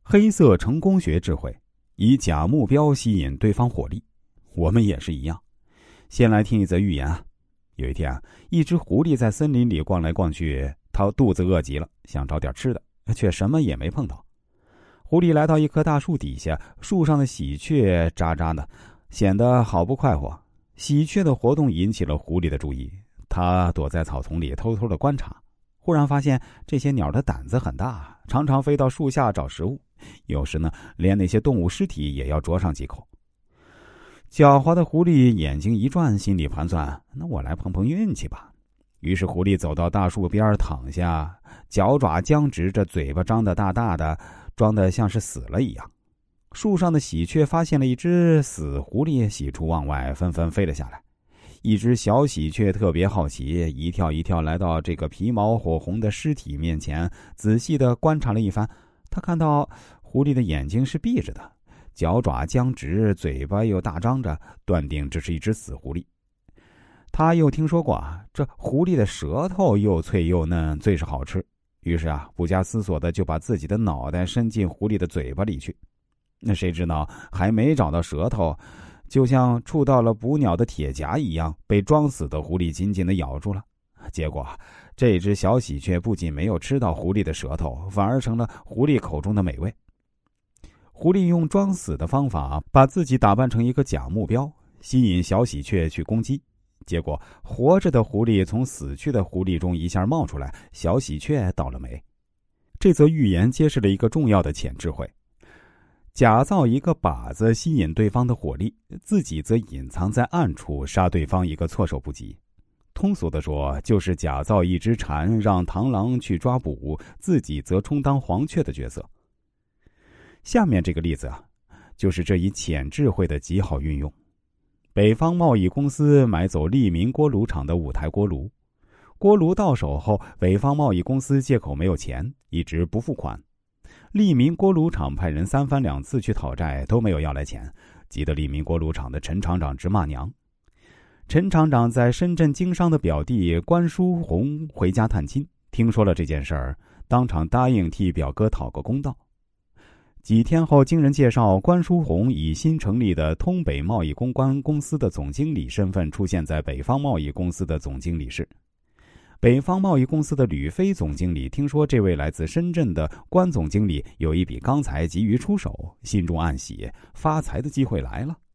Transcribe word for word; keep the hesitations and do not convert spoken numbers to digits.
黑色成功学智慧，以假目标吸引对方火力。我们也是一样。先来听一则寓言啊。有一天啊，一只狐狸在森林里逛来逛去，它肚子饿极了，想找点吃的，却什么也没碰到。狐狸来到一棵大树底下，树上的喜鹊喳喳的，显得好不快活。喜鹊的活动引起了狐狸的注意，它躲在草丛里偷偷的观察，忽然发现这些鸟的胆子很大，常常飞到树下找食物，有时呢，连那些动物尸体也要啄上几口。狡猾的狐狸眼睛一转，心里盘算，那我来碰碰运气吧。于是狐狸走到大树边躺下，脚爪僵直着，嘴巴张得大大的，装得像是死了一样。树上的喜鹊发现了一只死狐狸，喜出望外，纷纷飞了下来。一只小喜鹊特别好奇，一跳一跳来到这个皮毛火红的尸体面前，仔细地观察了一番。他看到狐狸的眼睛是闭着的，脚爪僵直，嘴巴又大张着，断定这是一只死狐狸。他又听说过啊，这狐狸的舌头又脆又嫩，最是好吃。于是啊，不加思索的就把自己的脑袋伸进狐狸的嘴巴里去。那谁知道还没找到舌头，就像触到了捕鸟的铁夹一样，被装死的狐狸紧紧地咬住了。结果这只小喜鹊不仅没有吃到狐狸的舌头，反而成了狐狸口中的美味。狐狸用装死的方法把自己打扮成一个假目标，吸引小喜鹊去攻击。结果活着的狐狸从死去的狐狸中一下冒出来，小喜鹊倒了霉。这则寓言揭示了一个重要的潜智慧：假造一个靶子吸引对方的火力，自己则隐藏在暗处杀对方一个措手不及。通俗的说，就是假造一只蝉让螳螂去抓捕，自己则充当黄雀的角色。下面这个例子啊，就是这一潜智慧的极好运用。北方贸易公司买走利民锅炉厂的五台锅炉，锅炉到手后，北方贸易公司借口没有钱，一直不付款。利民锅炉厂派人三番两次去讨债，都没有要来钱，急得利民锅炉厂的陈厂长直骂娘。陈厂长在深圳经商的表弟关书红回家探亲，听说了这件事儿，当场答应替表哥讨个公道。几天后，经人介绍，关书红以新成立的通北贸易公关公司的总经理身份出现在北方贸易公司的总经理室。北方贸易公司的吕飞总经理听说这位来自深圳的关总经理有一笔钢材急于出手，心中暗喜，发财的机会来了。